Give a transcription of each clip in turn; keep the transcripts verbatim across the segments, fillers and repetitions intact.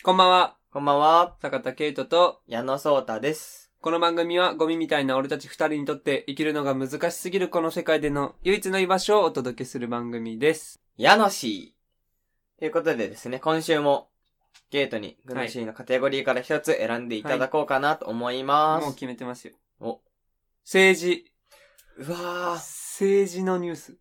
こんばんは。 こんばんは。 坂田圭人と矢野聡太です。 この番組はゴミみたいな俺たち二人にとって生きるのが難しすぎるこの世界での唯一の居場所をお届けする番組です。 矢野氏。ということでですね、今週もゲートにグノシーのカテゴリーから一つ選んでいただこうかなと思います。 もう決めてますよ。 お。 政治。 うわー。 政治のニュース。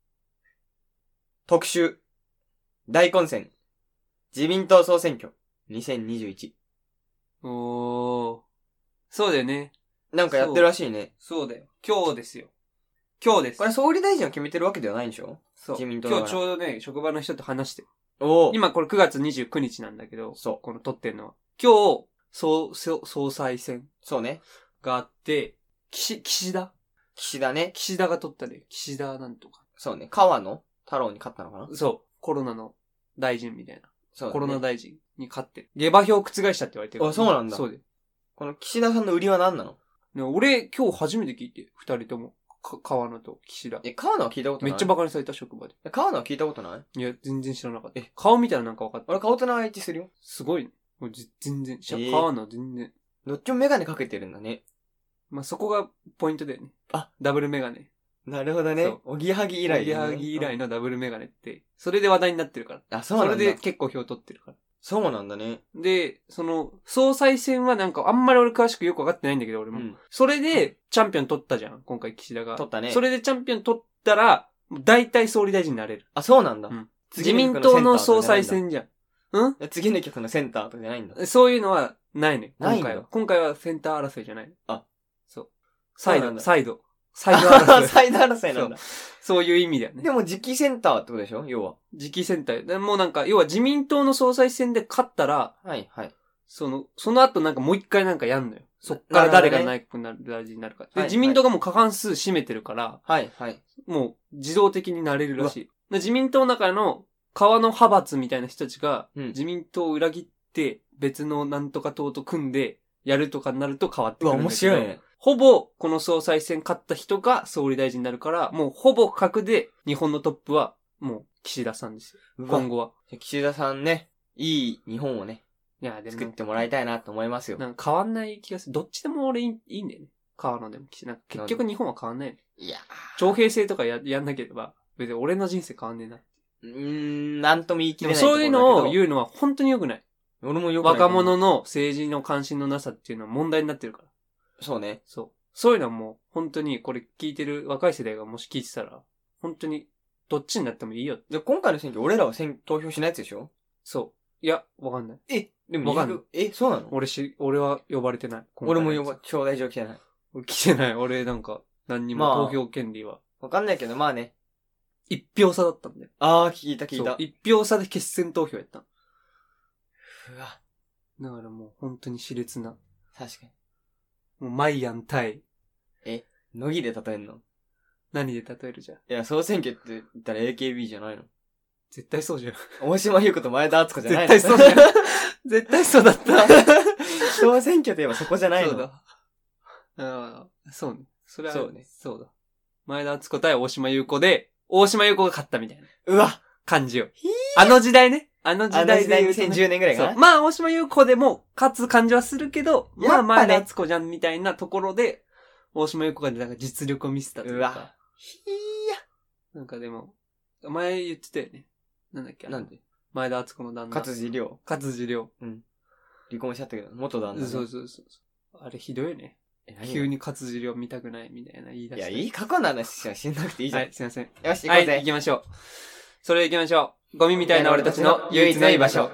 特集。大混戦。自民党総選挙。にせんにじゅういち。 おー。そうだよね。 なんかやってるらしいね。 そうだよ。今日ですよ。今日です。 これ総理大臣を決めてるわけではないんでしょ？ そう。 自民党今日ちょうどね、職場の人と話して。 おー。 今これくがつにじゅうくにちなんだけど、 そう。 この撮ってんのは。今日、総、総、総裁選。 そうね。 があって、岸、岸田岸田ね。 岸田が取ったね。岸田なんとか。 そうね。川野太郎に勝ったのかな？ そう。コロナの大臣みたいな。 そうだね。 コロナ大臣に勝ってる。下馬評を覆したって言われてる、 あ、そうなんだ。 そうで。 この岸田さんの売りは何なの？ ね、俺、今日初めて聞いて、二人とも。か、川野と岸田。 え、川野は聞いたことない？ めっちゃバカにされた、職場で。 え、川野は聞いたことない？ いや、全然知らなかった。え、顔見たらなんか分かった。 俺顔と名前一致するよ。 すごいね。もう全然、 えー、 川野全然。 どっちもメガネかけてるんだね。 まあ、そこがポイントだよね。 あ、 ダブルメガネ。 なるほどね。おぎやはぎ以来、 ね。おぎやはぎ以来のダブルメガネって、それで話題になってるから。 あ、そうなんだ。 それで結構票取ってるから。 そうなんだね。 で、その、総裁選はなんかあんまり俺詳しくよくわかってないんだけど、俺も。うん、それで、チャンピオン取ったじゃん、今回岸田が。 取ったね。 それでチャンピオン取ったら、大体総理大臣になれる。 あ、そうなんだ。うん、 自民党の総裁選じゃん。うん次の曲のセンターとかじゃないんだ。 そういうのはないね。 今回は。今回はセンター争いじゃない。 あ、 そう。サイド、サイド。サイド争い。サイド争いなんだ。 そう。そういう意味だよね。 でも次期センターってことでしょ？要は。 次期センター。でもうなんか、要は自民党の総裁選で勝ったら、 はいはい。 その、その後なんかもう一回なんかやんのよ。そっから誰がないくなる大臣になるか。で、はいはい、自民党がもう過半数占めてるから、 はいはい。 もう自動的になれるらしい。で自民党の中の川の派閥みたいな人たちが、うん、自民党を裏切って別のなんとか党と組んでやるとかになると変わってくるんだけど。 面白いね。 ほぼ、この総裁選勝った人が総理大臣になるから、もうほぼ格で日本のトップは、もう岸田さんですよ。今後は。 岸田さんね、いい日本をね、 いや、でも作ってもらいたいなと思いますよ。 なんか変わんない気がする。どっちでも俺いい、いいんだよね。川野でも岸田。結局日本は変わんないよね。 いや徴兵制とかや、やんなければ、別に俺の人生変わんねえな。 うーん、なんとも言い切れない。 そういうのを言うのは本当に良くない。 俺も良くない。 若者の政治の関心のなさっていうのは問題になってるから。 そうね。 そう。そういうのはもう、本当にこれ聞いてる若い世代がもし聞いてたら、本当に、どっちになってもいいよ。 で、今回の選挙、俺らは選投票しないやつでしょ？ そう。いや、わかんない。 え、でもわかんない。 え、そうなの？ 俺し、俺は呼ばれてない。 俺も呼ば、招待状来てない。 俺来てない。俺なんか、何にも投票権利は。まあ、わかんないけど、まあね。 一票差だったんだよ。 ああ、聞いた聞いた。 一票差で決選投票やった。 うわ。 だからもう本当に熾烈な。 確かに。 もうマイアン対。 え、乃木で例えんの？ 何で例えるじゃん。いや、総選挙って言ったら エーケービー じゃないの？ 絶対そうじゃん。 大島優子と前田敦子じゃないの？ 絶対そうじゃん。絶対そうだった。 総選挙といえばそこじゃないの？ そうだ。ああ、そうね。それは、 そうね。 そうだ。前田敦子対大島優子で、大島優子が勝ったみたいな。 うわ感じよ。あの時代ね。あの時代で、 ね。にせんじゅうねんぐらいかな。 まあ、大島優子でも勝つ感じはするけど、まあ、前田敦子じゃんみたいなところで、大島優子がなんか実力を見せたというか。うわ。 ひーや。 なんかでも、前言ってたよね。なんだっけなんで？ 前田敦子の旦那。 勝地涼。 勝地涼。 うん。離婚しちゃったけど、元旦那、ね。 そうそうそう。あれひどいよね。急に勝地涼見たくないみたいな言い出して。 いや、いい過去の話はしなくていいじゃん。 はい、すいません。 よし、行こうぜ。 はい、行きましょう。それで行きましょう。ゴミみたいな俺たちの唯一の居場所。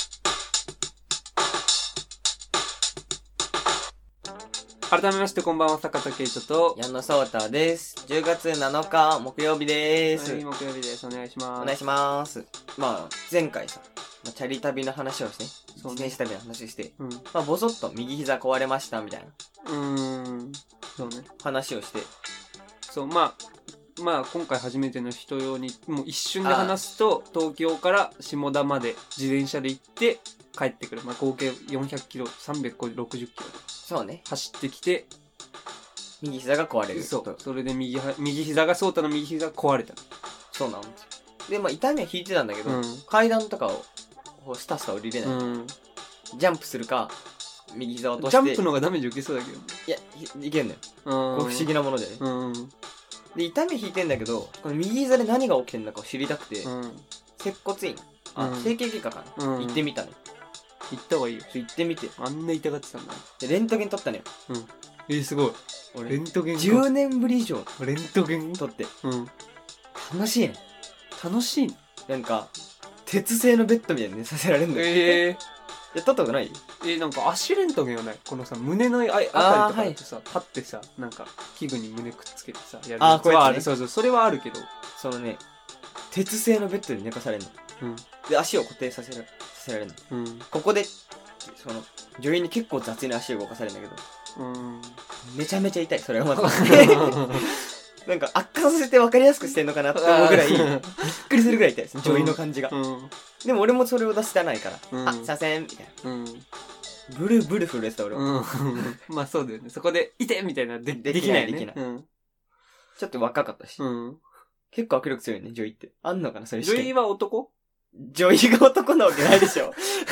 改めましてこんばんは、坂田圭人と矢野聡太です。じゅうがつなのか木曜日でーす。 はい、木曜日です。お願いします。 お願いします。まあ、前回さ、チャリ旅の話をして、自転車旅の話して、うん、まあ、ぼそっと右膝壊れましたみたいな。 うーん。そうね。 話をして。 そう、まあ、まあ、今回初めての人用に、もう一瞬で話すと、東京から下田まで自転車で行って、帰ってくる。まあ、合計よんひゃくキロ、さんびゃくろくじゅっキロ。 そうね。 走ってきて、 右膝が壊れる。 そう。それで右、右膝が、そうたの右膝が壊れた。 そうなんです。で、まあ、痛みは引いてたんだけど、うん、階段とかを、スタスタ降りれない。うん、 ジャンプするか、右膝を落として。 ジャンプの方がダメージ受けそうだけど。 いや、いけんのよ。こう不思議なものでね。 うん。 で、痛み引いてんだけど、この右膝で何が起きてんだかを知りたくて、うん、接骨院、あ、整形外科かな、うん、行ってみたの。 行った方がいいよ。 行ってみて。 あんな痛がってたんだ。 で、レントゲン撮ったのよ。 うん。えー、すごい。 俺、 レントゲンじゅうねんぶり以上。 レントゲン撮って。 うん。 楽しいね。 楽しいね。 なんか、鉄製のベッドみたいに寝させられるんだよ。ええー。やったことないえー、なんか足レントゲンはない。このさ、胸のああたりとかだとさ、はい、立ってさ、なんか、器具に胸くっつけてさ、やるあー、こうやって、 ね、そうそう、それはあるけど。 そのね、鉄製のベッドに寝かされるの。うん。で、足を固定させら、させられるの。うん。ここで、その、女優に結構雑に足を動かされるんだけど。うん。めちゃめちゃ痛い、それはまず。なんか悪化させて分かりやすくしてんのかなって思うぐらい、びっくりするぐらい痛いです、女優の感じが。うん、でも俺もそれを出したないから、うん、あ、左遷みたいな。うん、ブルブル震えてた俺は。 うん、まあそうだよね。そこで、いてみたいなで、できない、ね、できない。うん、 ちょっと若かったし。うん、結構握力強いね、女優って。あんのかな、そういう試験。 女優は男？ 女優が男なわけないでしょ。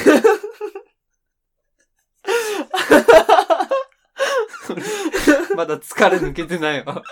まだ疲れ抜けてないわ。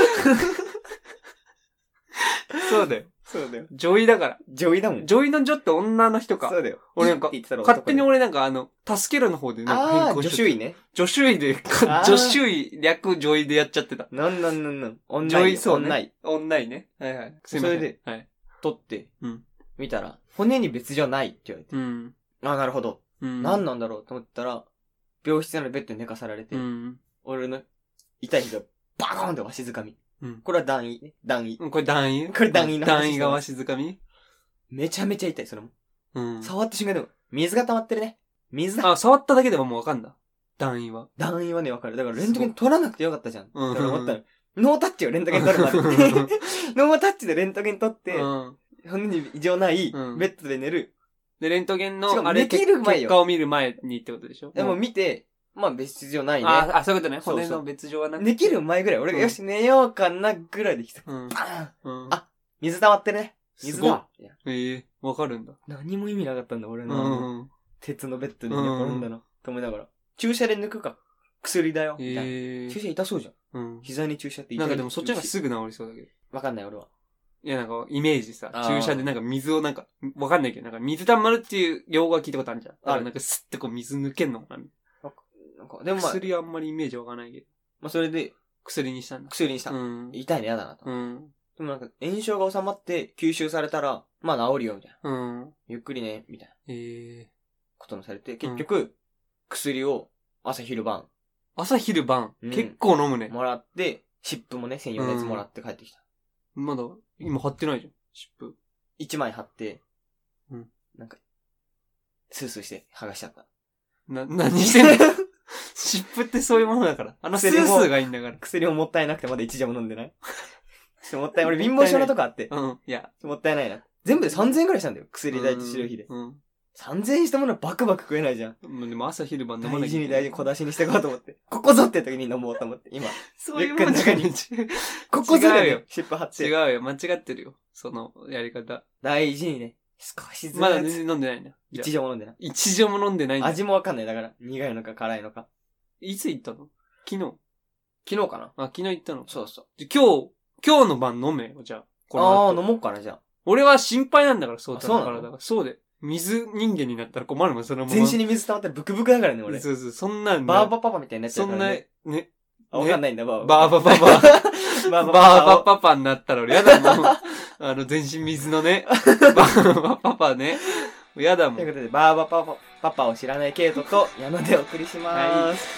そうだよ。 そうだよ。 女医だから。 女医だもん。 女医の女って女の人か。 そうだよ。 俺なんか、勝手に俺なんかあの、助けるの方でなんか変更して。助手医ね。 助手医で、助手医略女医でやっちゃってた。 なんなんなんなん。 女医そうね。女医ね。はいはい。 すいません。それで、はい。取って、うん。見たら、骨に別状ないって言われて。うん。あ、なるほど。うん。何なんだろうと思ったら、病室のベッドに寝かさられて、うん。俺の痛い膝、バコーンってわしづかみ。うん。これは段位ね。段位。 うん、これ段位これ段位の話。 段位がわしづかみめちゃめちゃ痛い、それも。うん。触った瞬間でも、水が溜まってるね。水だ。あ、触っただけでももうわかんだ。段位は。 段位はね、わかる。だからレントゲン取らなくてよかったじゃん。うん。って思ったの。ノータッチをレントゲン取るまで。ノータッチでレントゲン取って、うん。骨に異常ない、ベッドで寝る。 で、レントゲンの、あれ、結果を見る前にってことでしょ？ でも見て、まあ別状ないね。 ああ、そういうことね。骨の別状はなくて。 できる前ぐらい。俺が、よし、寝ようかなぐらいできた。うん。バーン、うん、あ、水溜まってるね。水だ。 ええー、わかるんだ。 何も意味なかったんだ、俺の。うん、鉄のベッドに寝転んだな。と思いながら。注射で抜くか。薬だよ。みたいな。えー、注射痛そうじゃん。うん。膝に注射って痛い。 なんかでもそっちの方がすぐ治りそうだけど。 わかんない、俺は。いや、なんか、イメージさ、注射でなんか水をなんか、わかんないけど、なんか水溜まるっていう用語は聞いたことあるじゃん。だからなんかスッてこう水抜けんのかなみたいな。なんか、でもまあ。薬はあんまりイメージわかんないけど。 まあそれで、 薬にしたんだ。 薬にした。うん。痛いね、嫌だなと。うん。でもなんか、炎症が収まって吸収されたら、まあ治るよ、みたいな。うん。ゆっくりね、みたいな。ええー。こともされて、結局、うん、薬を朝昼晩。 朝昼晩、うん、結構飲むね。 もらって、湿布もね、専用のやつもらって帰ってきた。 うん、まだ、今貼ってないじゃん。湿布。 一枚貼って、うん。なんか、スースーして剥がしちゃった。 な、何してんの湿布ってそういうものだから。あのスースーがいいんだから。 薬ももったいなくてまだ一錠も飲んでないもったいない。俺貧乏症のとこあって。うん。いや。もったいないな。全部でさんぜんえんくらいしたんだよ。薬代と治療費で。うん。さんぜんえんしたものはバクバク食えないじゃん。 でも朝昼晩飲まない。 大事に大事に小出しにしていこうと思って。ここぞって時に飲もうと思って。今。 そういうもんじゃない。 ここぞだよ。湿布貼って。 違うよ。間違ってるよ。そのやり方。 大事にね。少しずつ。 まだ全然飲んでないんだ。 一錠も飲んでない。 一錠も飲んでないんだ。 味もわかんない。だから、苦いのか辛いのか。 いつ行ったの？昨日。 昨日かな？ あ、昨日行ったの？ そうそう。 じゃ今日、今日の晩飲めよ、じゃあ。ああ、飲もうかな、じゃあ。 俺は心配なんだから、そうだから。そうで。水人間になったら困るもん、そのまま。 全身に水溜まったらブクブクだからね、俺。 そうそう、そんなんバーバパパみたいになっちゃうからね。 そんな、ね。 あ、わかんないんだ、バーバ。バーバパパ。バーバパパになったら俺やだもん。あの、全身水のね。バーバパパね。やだもん。 ということで、バーバパパ、パパを知らないケイトと矢野でお送りしまーす。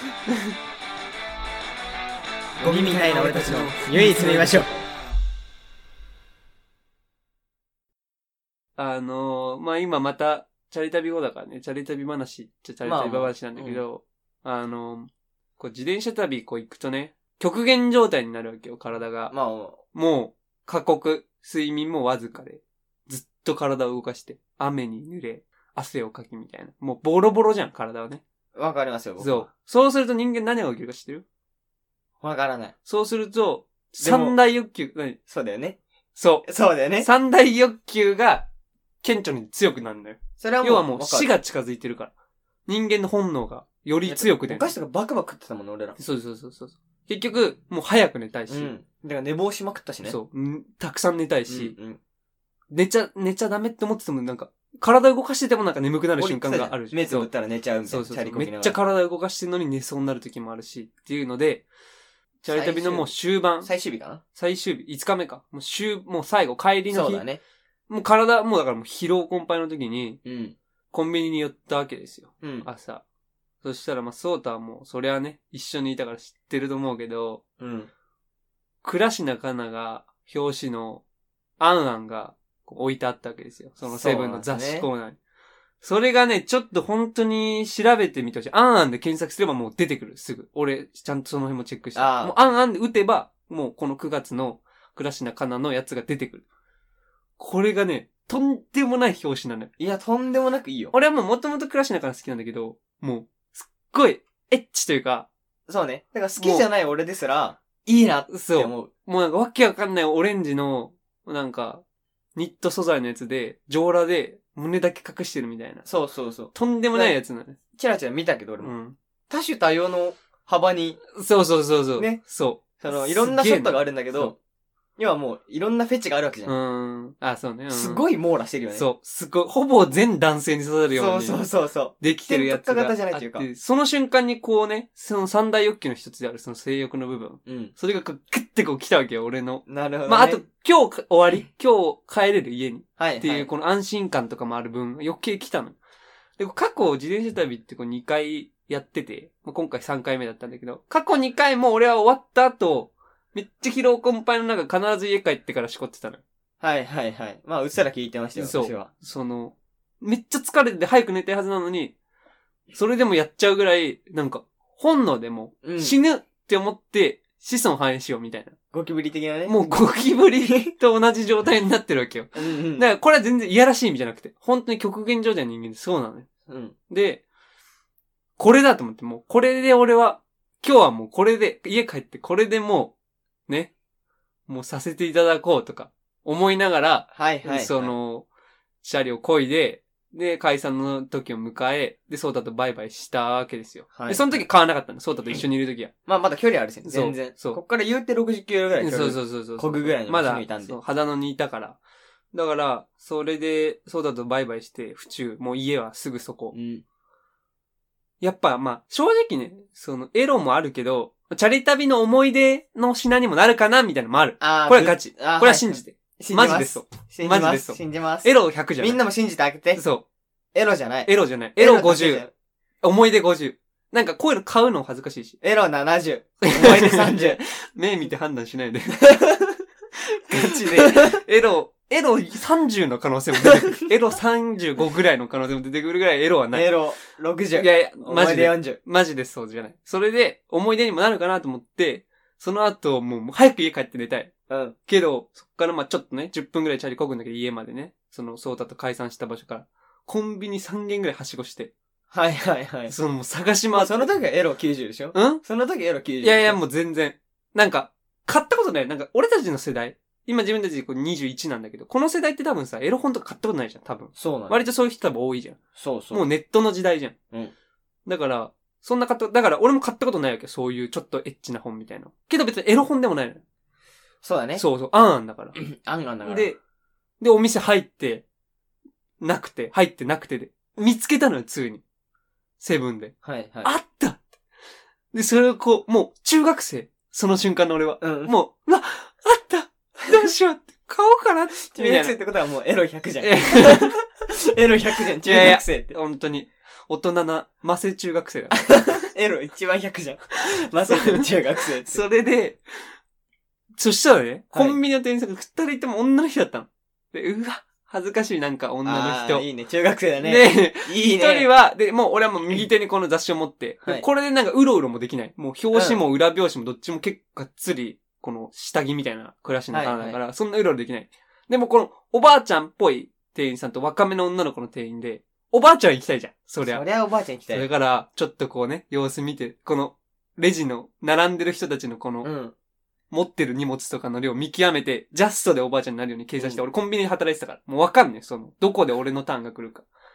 ゴミみたいな俺たちの唯一見ましょう。 あのー、まあ、今また、チャリ旅後だからね、チャリ旅話っちゃチャリ旅話なんだけど、まあ、うん、あのー、こう自転車旅こう行くとね、極限状態になるわけよ、体が。まあ、もう、過酷、睡眠もわずかで、ずっと体を動かして、雨に濡れ、汗をかきみたいな。もうボロボロじゃん、体はね。 わかりますよ、僕。 そう。そうすると人間何が起きるか知ってる？ わからない。 そうすると、三大欲求、何？ そうだよね。 そう。 そうだよね。 三大欲求が、顕著に強くなるんだよ。それはもう、要はもう死が近づいてるから。 人間の本能がより強く出る。 お菓子とかバクバク食ってたもんね、俺ら。 そうそうそうそう。結局、もう早く寝たいし。うん。 だから寝坊しまくったしね。 そう。んたくさん寝たいし。うんうん、寝ちゃ、寝ちゃダメって思っててもなんか、体動かしててもなんか眠くなる瞬間がある。 目つぶったら寝ちゃうみたいな。 そうそうそう。めっちゃ体動かしてるのに寝そうになる時もあるし。っていうので、チャリ旅のもう終盤。 最終日かな最終日。いつかめか。もう終、もう最後、帰りの日。 そうだね。 もう体、もうだからもう疲労困憊の時に、うん。コンビニに寄ったわけですよ。うん。朝。そしたらまあ、ソータはもう、それはね、一緒にいたから知ってると思うけど、うん。倉科カナが、表紙の、アンアンが置いてあったわけですよ。そのセブンの雑誌コーナーに。それがね、ちょっと本当に調べてみてほしい。アンアンで検索すればもう出てくる、すぐ。俺、ちゃんとその辺もチェックして。もうアンアンで打てば、もうこのくがつの倉科カナのやつが出てくる。これがね、とんでもない表紙なのよ。 いや、とんでもなくいいよ。 俺はもう元々倉科カナ好きなんだけど、もう、すっごい、エッチというか。 そうね。だから好きじゃない俺ですら、いいなって思う。そう。 もうなんかわけわかんないオレンジの、なんか、ニット素材のやつで、上裸で、胸だけ隠してるみたいな。 そうそうそう。 とんでもないやつなの。 チラチラ見たけど俺も。うん。多種多様の幅に。 そうそうそうそう。 ね。 そう。 その、いろんなショットがあるんだけど、要はもう、いろんなフェチがあるわけじゃん。 うん。あ、そうね。うん、 すごい網羅してるよね。 そう。すごい、ほぼ全男性に刺さるように。 そうそうそうそう。 できてるやつがあって。 型じゃないっていうか。 その瞬間にこうね、その三大欲求の一つであるその性欲の部分。うん。それがこう、グッてこう来たわけよ、俺の。 なるほど、ね。 まあ、あと、今日終わり今日帰れる家に。 はい。 っていう、この安心感とかもある分、余計来たの。で、過去、自転車旅ってこうにかいやってて、今回さんかいめだったんだけど、過去にかいも俺は終わった後、めっちゃ疲労困憊の中必ず家帰ってからしこってたの。 はいはいはい。まあ、うっすら聞いてましたよ、 そう私は。 その、めっちゃ疲れてて早く寝たいはずなのに、それでもやっちゃうぐらい、なんか、本能でも、死ぬって思って、子孫繁栄しようみたいな。 ゴキブリ的なね。 もうゴキブリと同じ状態になってるわけよ。うんうん、だからこれは全然いやらしい意味じゃなくて、本当に極限状態の人間でそうなのよ。うん、で、これだと思って、もうこれで俺は、今日はもうこれで、家帰ってこれでもう、ね、もうさせていただこうとか思いながら、 はいはい、はい、 その、車両漕いで、で、解散の時を迎え、で、ソータとバイバイしたわけですよ。はい、で、その時買わなかったの。ソータと一緒にいる時は。 まあ、まだ距離あるし、全然。そう。こっから言うてろくじゅっキロぐらい距離。 そうそうそうそう。 漕ぐぐらいの場所にいたんで。まだ、そう、肌野にいたから。だから、それで、ソータとバイバイして、府中、もう家はすぐそこ。うん。やっぱ、まあ、正直ね、その、エロもあるけど、チャリ旅の思い出の品にもなるかな、みたいなのもある。ああ。これはガチ。これは信じて。 信じます。 マジですそう。 信じます。マジですそう。信じます。 エロひゃくじゃない。 みんなも信じてあげて。 そう。 エロじゃない。 エロじゃない。エロごじゅう。思い出ごじゅう。なんかこういうの買うの恥ずかしいし。 エロななじゅう。思い出さんじゅう。 目見て判断しないで。ガチで。エロ、エロさんじゅうの可能性も出てくる。エロさんじゅうごぐらいの可能性も出てくるぐらいエロはない。 エロろくじゅう。 いやいや、マジで。 よんじゅう。 マジでそうじゃない。それで、思い出にもなるかなと思って、その後、もう早く家帰って寝たい。うん。けど、そっからまあちょっとね、じゅっぷんぐらいチャリ漕ぐんだけど家までね、そのソータと解散した場所から、コンビニさん軒ぐらいはしごして。 はいはいはい。 そのもう探し回って。 その時はエロきゅうじゅうでしょ？ うんその時エロきゅうじゅう。 いやいやもう全然。なんか、買ったことない。なんか、俺たちの世代。今自分たちこうにじゅういちなんだけど、この世代って多分さ、エロ本とか買ったことないじゃん、多分。 そうなの。 割とそういう人多分多いじゃん。 そうそう。 もうネットの時代じゃん。うん。だから、そんな買った、だから俺も買ったことないわけよ。そういうちょっとエッチな本みたいな。けど別にエロ本でもないのよ。 そうだね。 そうそう。あんあんだから。 あんあんだから。 で、で、お店入って、なくて、入ってなくてで、見つけたのよ、ついに。セブンで。 はいはい。 あったって。で、それをこう、もう、中学生。その瞬間の俺は。うん。もう、うわ、あったどうしようって。買おうかなって。 中学生ってことはもうエロひゃくじゃん。エロひゃくじゃん、中学生って。 いやいや本当に。大人な、マセ中学生だ。 エロ一番ひゃくじゃん。マセ中学生って。 それで、そしたらね、コンビニの店員さんが二人いても女の人だったの。で、うわ、恥ずかしいなんか女の人。 いいね、中学生だね。 で、 いいね。 一人は、で、もう俺はもう右手にこの雑誌を持って、はい、これでなんかうろうろもできない。もう表紙も裏表紙もどっちも結構がっつり、この下着みたいな暮らしの棚だから、はいはい、そんなうろうろできない。でもこのおばあちゃんっぽい店員さんと若めの女の子の店員で、おばあちゃん行きたいじゃん。そりゃ。 そりゃおばあちゃん行きたい。 それから、ちょっとこうね、様子見て、この、レジの、並んでる人たちのこの、うん、持ってる荷物とかの量を見極めて、ジャストでおばあちゃんになるように計算して、うん、俺コンビニで働いてたから、もうわかんねえ、その、どこで俺のターンが来るか。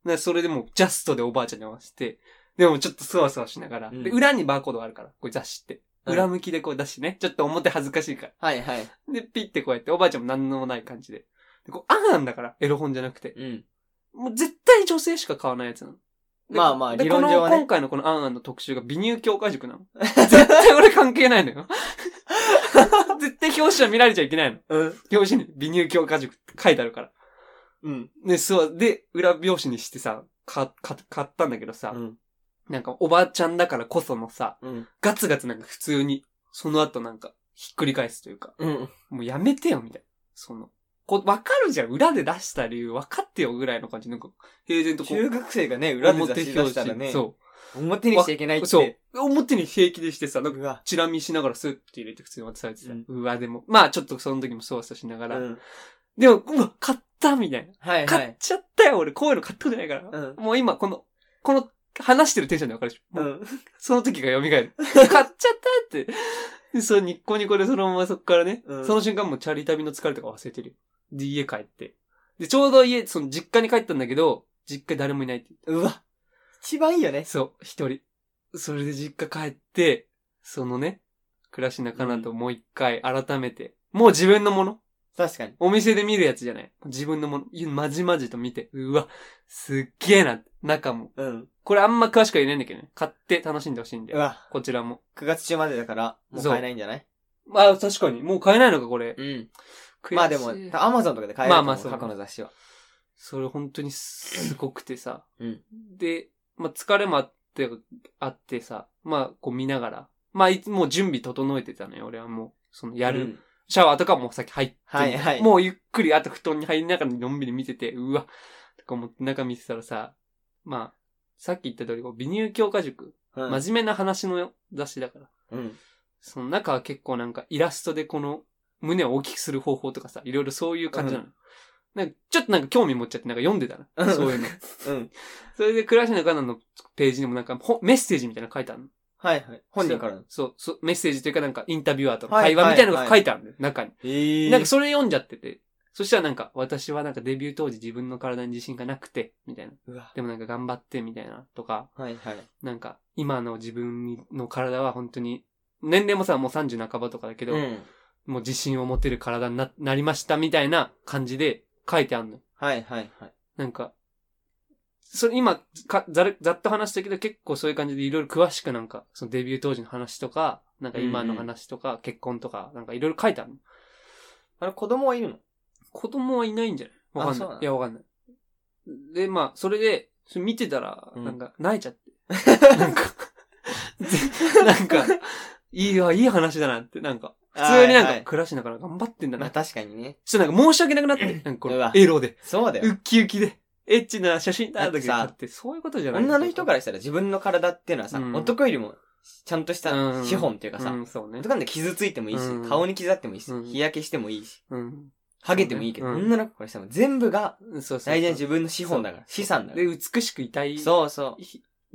でそれでもうジャストでおばあちゃんに合わせて、でもちょっとそわそわしながら、うん、で裏にバーコードがあるから、これ雑誌って。裏向きでこう出してね、ちょっと表恥ずかしいから。 はいはい。 で、ピッてこうやって、おばあちゃんも何もない感じで。でこう、あんなんだから、エロ本じゃなくて。うん。もう絶対女性しか買わないやつなの。 まあまあ、理論上はね。 この今回のこのあんあんの特集が美乳強化塾なの。絶対俺関係ないのよ。絶対表紙は見られちゃいけないの。うん。表紙に美乳強化塾って書いてあるから。うん。で、そう、で、裏表紙にしてさ、か、か、買ったんだけどさ、うん、なんかおばあちゃんだからこそのさ、うん、ガツガツなんか普通に、その後なんか、ひっくり返すというか、うん、もうやめてよ、みたいな。その、こう、わかるじゃん。裏で出した理由分かってよぐらいの感じ。なんか、平然とこう。 中学生がね、裏で出したらね。そう。表にしちゃいけないって。 そう。表に平気でしてさ、なんか、チラ見しながらスッて入れて普通に渡されてさ、うん、うわ、でも、まあちょっとその時もそわそわしながら、うん、でも、うわ、買ったみたいな。はいはい。買っちゃったよ、俺。こういうの買ったことないから。うん、もう今、この、この、話してるテンションで分かるでしょ。うん。その時が蘇る。買っちゃったって。そう、ニッコニコでそのままそっからね、うん、その瞬間もうチャリ旅の疲れとか忘れてるよ。で、家帰って。で、ちょうど家、その実家に帰ったんだけど、実家誰もいないって言って。 うわ。一番いいよね。 そう、一人。それで実家帰って、そのね、倉科かなともう一回改めて、うん、もう自分のもの。 確かに。 お店で見るやつじゃない。自分のもの、まじまじと見て、うわ、すっげえな、中も。うん。これあんま詳しくは言えないんだけどね。買って楽しんでほしいんで。うわ。こちらも。 くがつ中までだから、もう買えないんじゃない？ まあ、確かに。もう買えないのか、これ。うん。 まあでも、アマゾンとかで買えると思う。まあまあそう。過去の雑誌は。 それ本当にすごくてさ。うん。で、まあ疲れもあって、あってさ、まあこう見ながら。まあいつも準備整えてたのよ、俺はもう。そのやる。うん、シャワーとかも先入って。はいはい。もうゆっくり、あと布団に入りながらのんびり見てて、うわ。とか思って中見てたらさ、まあ、さっき言った通り、美乳強化塾。うん、真面目な話の雑誌だから。うん。その中は結構なんかイラストでこの胸を大きくする方法とかさ、いろいろそういう感じなの。うん、なんかちょっとなんか興味持っちゃってなんか読んでたな。そういうの。うん。それで倉科かなのページにもなんかメッセージみたいなの書いてあるの。 はいはい。本人からの。 そう、そう、メッセージというかなんかインタビュアーとか会話みたいなのが書いてあるんだよ、中に。へー。なんかそれ読んじゃってて。そしたらなんか、私はなんかデビュー当時自分の体に自信がなくて、みたいな。うわ。でもなんか頑張って、みたいな、とか。はいはい。なんか、今の自分の体は本当に、年齢もさ、もうさんじゅう半ばとかだけど、うん、もう自信を持てる体に な, なりました、みたいな感じで書いてあるの。はいはいはい。なんか、それ今かざる、ざっと話したけど結構そういう感じでいろいろ詳しくなんか、そのデビュー当時の話とか、なんか今の話とか、うんうん、結婚とか、なんかいろいろ書いてあるの。 あれ、子供はいるの？ 子供はいないんじゃない？わかんない。ないや、わかんない。で、まあ、それで、それ見てたら、なんか、泣いちゃって。うん、なんか、なんか、いいわ、いい話だなって、なんか、普通になんか、暮らしながら頑張ってんだな。 まあ確かにね。 ちょっとなんか申し訳なくなって、なんかこれ、エロで。 そうだよ。 ウッキウキで、エッチな写真だとかって、そういうことじゃない。 女の人からしたら自分の体っていうのはさ、うん、男よりも、ちゃんとした資本っていうかさ、うんうん、そうね。男なんで傷ついてもいいし、うん、顔に傷あってもいいし、うん、日焼けしてもいいし、うん、ハゲてもいいけど、ね、うん、女の子からしたら全部が、大事な自分の資本だから、資産だから。 で、美しくいたい。 そうそう。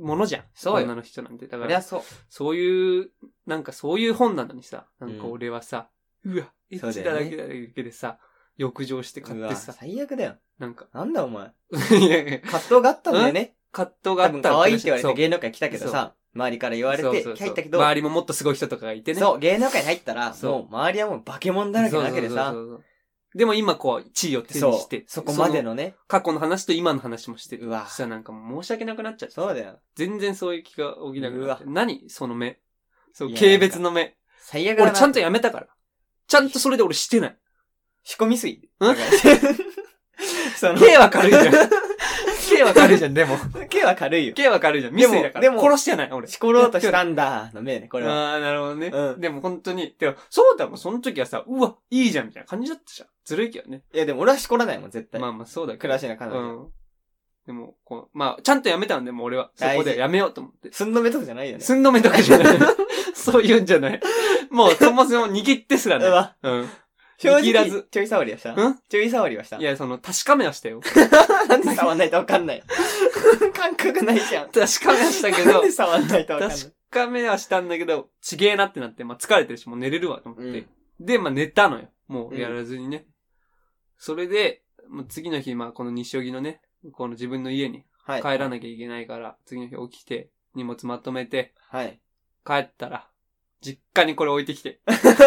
ものじゃん。 そうよ。 女の人なんて。だから、そう。 そういう、なんかそういう本なのにさ、なんか俺はさ、うん、うわ、エッチだだけだけでさ、浴場して買ってさ。 最悪だよ。 なんか。 なんだお前。葛藤があったんだよね。 葛藤があった。 可愛いって言われて芸能界来たけどさ、周りから言われて、入ったけど。 周りももっとすごい人とかがいてね。 そう、芸能界に入ったら、もう周りはもう化け物だらけなわけでさ。 でも今こう、地位を手にして。 そこまでのね。 過去の話と今の話もしてる。うわ。そしたらなんかもう申し訳なくなっちゃって。 そうだよ。 全然そういう気が起きなくなって。何その目。そう、軽蔑の目。 最悪だな。 俺ちゃんとやめたから。ちゃんとそれで俺してない。 仕込みすぎ。んその。K は軽いじゃん。K は軽いじゃん、でも。 K は軽いよ。 K は軽いじゃん。未遂だから。でも、殺してない、俺。 しころうとしたんだ、の目ね、これは。 ああ、なるほどね。うん。でも本当に、でも、そうだもん、その時はさ、うわ、いいじゃん、みたいな感じだったじゃん。ずるいけどね。 いや、でも俺はしこらないもん、絶対。 まあまあ、そうだけど。 暮らしな彼女。うん。 でも、こう、まあ、ちゃんとやめたんで、もう俺は。そこでやめようと思って。 すんどめとかじゃないよね。 すんどめとかじゃない。そういうんじゃない。もう、そもそも握ってすらね。うわ。うん。 正直、ちょい触りはしたんちょい触りはしたいや、その、確かめはしたよ。 なんで触んないとわかんない感覚ないじゃん。 確かめはしたけど。 なんで触んないとわかんない確かめはしたんだけど、ちげえなってなって、まあ疲れてるし、もう寝れるわと思って。うん、で、まあ寝たのよ。もうやらずにね。うん、それで、もう次の日、まあこの西荻のね、この自分の家にはい、帰らなきゃいけないから、次の日起きて、荷物まとめて、はい、帰ったら、実家にこれ置いてきて。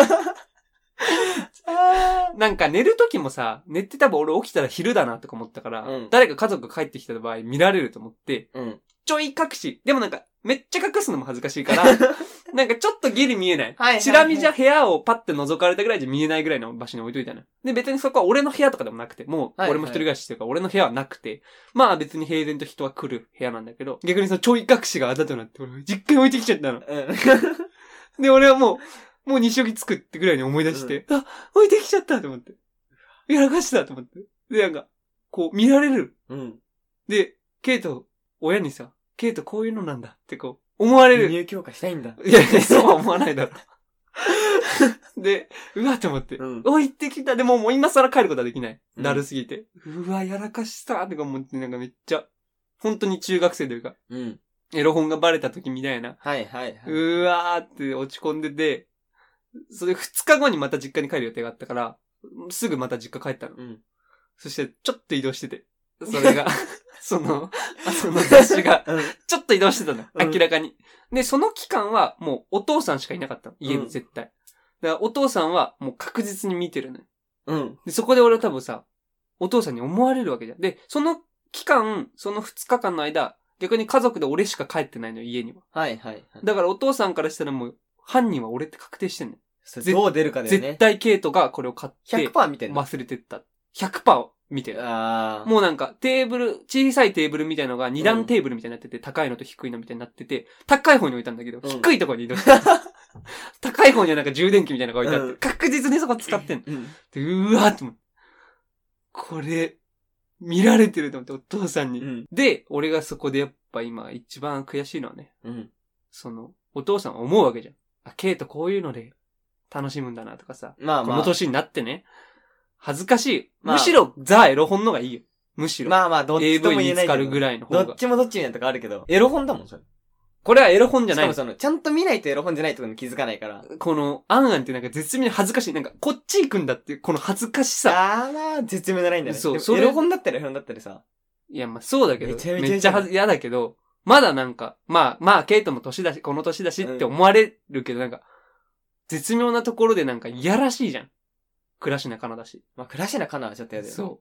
なんか寝る時もさ、寝て多分俺起きたら昼だなとか思ったから、うん、誰か家族帰ってきた場合見られると思って、うん、ちょい隠し。でもなんか、めっちゃ隠すのも恥ずかしいから、なんかちょっとギリ見えない。はいはいはい、チラ見じゃ部屋をパッて覗かれたぐらいじゃ見えないぐらいの場所に置いといたの。で、別にそこは俺の部屋とかでもなくて、もう俺も一人暮らししてるから俺の部屋はなくて、はいはい、まあ別に平然と人は来る部屋なんだけど、逆にそのちょい隠しがあだとなって俺実家に置いてきちゃったの。うん、で、俺はもう、もう西荻作ってぐらいに思い出して、うん、あ、置いてきちゃったと思って。やらかしたと思って。で、なんか、こう見られる。うん、で、ケイト、親にさ、ケイトこういうのなんだってこう、思われる。 輸入強化したいんだ。 いやいや、そうは思わないだろ。で、うわって思って、うん、置いてきた。でももう今更帰ることはできない。うん、だるすぎて。うわ、やらかしたとか思って、なんかめっちゃ、本当に中学生というか、うん、エロ本がバレた時みたいな。はいはいはい。うわーって落ち込んでて、それ二日後にまた実家に帰る予定があったから、すぐまた実家帰ったの。うん、そしてちょっと移動してて、それが。その、その雑誌が、ちょっと移動してたの。明らかに。で、その期間は、もうお父さんしかいなかったの。家に絶対。だからお父さんは、もう確実に見てるのよ。うん。で、そこで俺は多分さ、お父さんに思われるわけじゃん。で、その期間、その二日間の間、逆に家族で俺しか帰ってないのよ、家には。はいはい、はい。だからお父さんからしたらもう、犯人は俺って確定してんのよ。 それどう出るかだよね。 絶対ケイトがこれを買って、 ひゃくパーセント 見てんの忘れてった。ひゃくパーセント見てる。あもうなんかテーブル、小さいテーブルみたいのが二段テーブルみたいになってて、うん、高いのと低いのみたいになってて、高い方に置いたんだけど、うん、低いところに移動してた。高い方にはなんか充電器みたいなのが置いてあって、うん、確実にそこ使ってんの。うん、で、うわーって思って。これ、見られてると思って、お父さんに。うん、で、俺がそこでやっぱ今一番悔しいのはね、うん、その、お父さんは思うわけじゃん。あ、ケイトこういうので楽しむんだなとかさ、まあまあ、この年になってね、恥ずかしい。まあ、むしろ、ザ・エロ本のがいいよ。むしろ。 まあまあ、どっちとも言えないけど。エーブイ に浸かるぐらいの方が。どっちもどっちみたいなとこあるけど、エロ本だもん、それ。 これはエロ本じゃない。 しかもその、ちゃんと見ないとエロ本じゃないってことに気づかないから。 この、アンアンってなんか絶妙に恥ずかしい。なんか、こっち行くんだっていう、この恥ずかしさ。 あーまあ、絶妙じゃないんだね。そう、それ。エロ本だったらエロ本だったらさ。 いや、まあそうだけど、めちゃめちゃめっちゃはず嫌だけど、まだなんか、まあ、まあ、ケイトも年だし、この年だしって思われるけど、なんか、絶妙なところでなんか、いやらしいじゃん。倉科カナだし。 まあ、倉科カナはちょっとやだよ。そう。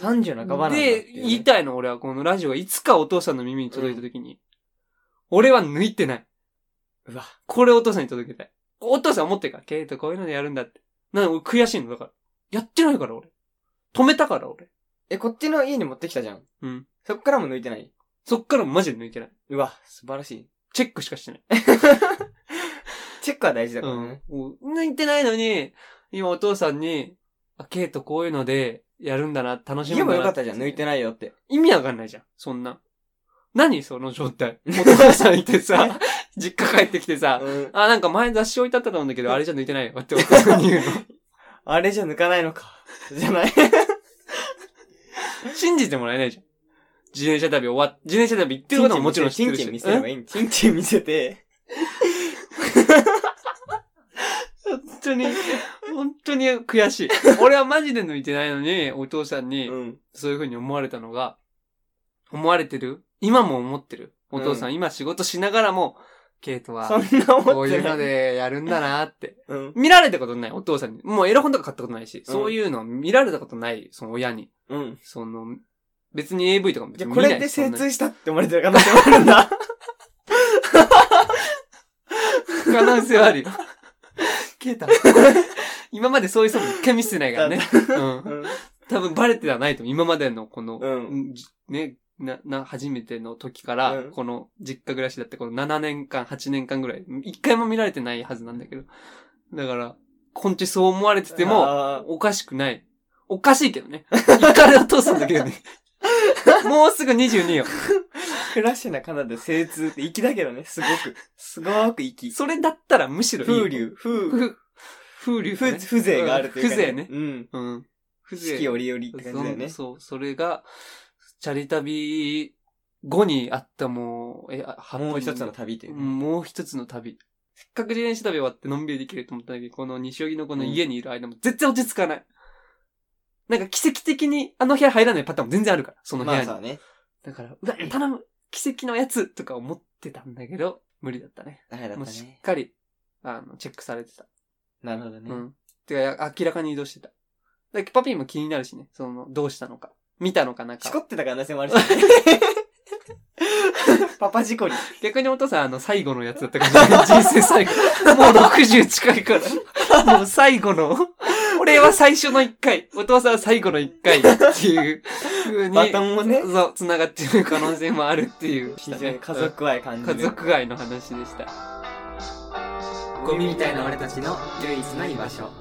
さんじゅう半ばなんだ、 ね。で、言いたいの俺はこのラジオがいつかお父さんの耳に届いた時に、うん、俺は抜いてない。うわ。これお父さんに届けたい。お父さん思ってるから、ケイトこういうのでやるんだって。なんか俺悔しいのだから。やってないから俺。止めたから俺。 え、こっちの家に持ってきたじゃん。うん。そっからも抜いてない？ そっからもマジで抜いてない。 うわ、素晴らしい。 チェックしかしてない。 チェックは大事だからね。 うん。抜いてないのに、今お父さんに、あ、ケイトこういうのでやるんだな、楽しむんだな。 言えばよかったじゃん、抜いてないよって。 意味わかんないじゃん、そんな。何その状態。お父さんいてさ、実家帰ってきてさ、うん、あ、なんか前雑誌置いてあったと思うんだけど、あれじゃ抜いてないよってお父さんに言うの。 あれじゃ抜かないのか。じゃない。 信じてもらえないじゃん。自転車旅終わっ、自転車旅行ってることももちろん知ってるし。 チンチン見せればいいんチンチン見せて。 本当に、本当に悔しい。俺はマジで抜いてないのに、お父さんに、そういう風に思われたのが、思われてる？今も思ってる。お父さん、うん、今仕事しながらも、ケイトは、こういうのでやるんだなって、うん。見られたことない、お父さんに。もうエロ本とか買ったことないし、うん、そういうの見られたことない、その親に。うん。その、別に エーブイ とかも別に見ない。 これで精通したって思われてる可能性もあるんだ。 可能性はあるよ。ケイタ。今までそういうそぶ一回見せてないからね。うん。うん、多分バレてはないと思う。今までのこの、うん、ね、な、な、初めての時から、うん、この実家暮らしだってこのななねんかん、はちねんかんぐらい、一回も見られてないはずなんだけど。だから、こんちそう思われてても、おかしくない。おかしいけどね。イカレを通すんだけどね。もうすぐにじゅうによ。 クラシなカナダ精通って粋だけどね、すごく。すごく粋。 それだったらむしろいい。 風流、風、 風流、 ね。風情があるというか、 ね。風情ね。 うん。うん。四季折々って感じだよね。 そう、それが、チャリ旅後にあったもう、え、 もう一つの旅という、 ね。もう一つの旅。せっかく自転車旅終わってのんびりできると思ったんだけど、この西荻のこの家にいる間も全然落ち着かない。うん、なんか奇跡的にあの部屋入らないパターンも全然あるから、その部屋に。まあそうね。 だから、うわ、頼む奇跡のやつとか思ってたんだけど、無理だったね。 ダメだったね。 もうしっかり、あの、チェックされてた。 なるほどね。 うん。てか、明らかに移動してた。だパピーも気になるしね、その、どうしたのか。見たのかなんか。 しこってた可能性もあるしね。パパ事故に。 逆にお父さん、あの、最後のやつだったかもしれない。人生最後。もうろくじゅう近いから。もう最後の。俺は最初の一回。お父さんは最後の一回。っていう風に。 バトンもね。 そう、繋がってる可能性もあるっていう。 非常に家族愛感じる。 家族愛の話でした。 ゴミみたいな俺たちの唯一の居場所。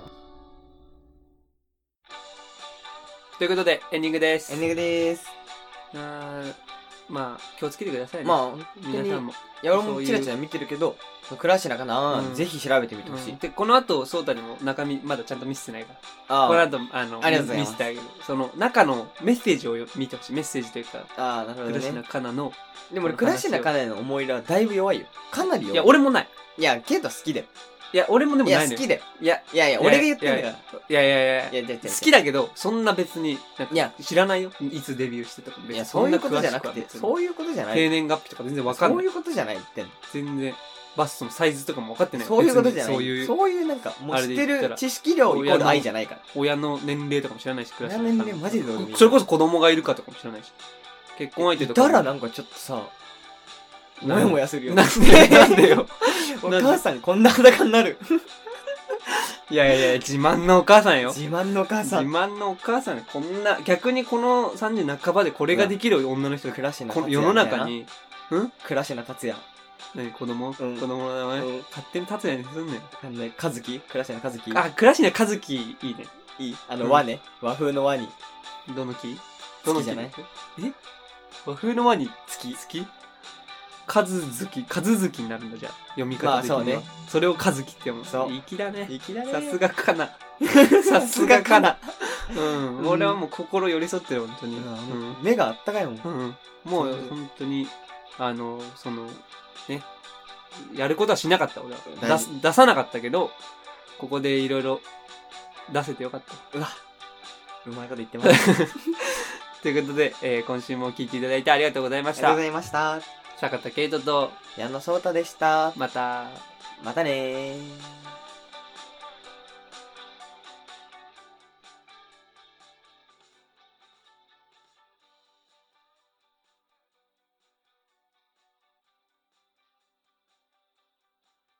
ということで、エンディングです。 エンディングでーす。 あまあ、気をつけてくださいね。 まあ、 皆さんも。 いや、俺もチラチラ見てるけど、倉科かな、うん、ぜひ調べてみてほしい、 うん。で、この後、ソータにも中身、まだちゃんと見せてないから。 ああ。 この後、あの、 ありがとうございます。 見せてあげる。その、中のメッセージを見てほしい。メッセージというか。 ああ、なるほどね。 倉科かなの。 でも俺、倉科かなの思い入れはだいぶ弱いよ。かなり弱い。 いや、俺もない。 いや、ケイトは好きだよ。 いや、俺もでもないのよ。 いや、好きだよ。 いや、 いやいや、俺が言ってんだから。 いやいやいやいや、好きだけど、そんな別に、いや、知らないよ。いつデビューしてたか。 いや、そういうことじゃなくて、そういうことじゃない。 生年月日とか全然わかんない。 そういうことじゃないってんの。 全然、バストのサイズとかも分かってない。 そういうことじゃない。 そういう、 そういうなんか、もう知ってる知識量イコール愛じゃないから。 親の年齢とかも知らないし、 親の年齢マジでどうでもいい。 それこそ子供がいるかとかも知らないし。結婚相手とか。 いたらなんかちょっとさ、もやもやするよ。 なんでなんでよ。 お母さんこんな裸になる。 いやいやいや、自慢のお母さんよ。 自慢のお母さん。 自慢のお母さん。こんな、逆にこのさんじゅう半ばでこれができる女の人、 クラシナ達也。 世の中に、 んクラシナ達也。 何子供、うん、子供の名前、うん、勝手に達也にすんねん。 なんで、和樹クラシナ和樹。 あ、クラシナ和樹いいね。 いいあの、和ね。和風の和に。 どの木どの木じゃないえ和風の和に月月和月、和月になるんだじゃあ。読み方的には。まあそうね。それを和樹って読む。そう。粋だね。 粋だね。 さすがかな。さすがかな。うん。俺はもう心寄り添ってる、本当に。 目があったかいもん。 うん。もう本当に、あの、その、ね。やることはしなかった、俺は。出す、出さなかったけど、ここでいろいろ出せてよかった。 うわ。うまいこと言ってます。 ということで、えー、今週も聞いていただいてありがとうございました。 ありがとうございました。 坂田圭人と矢野壮太でした。 また、 またねー。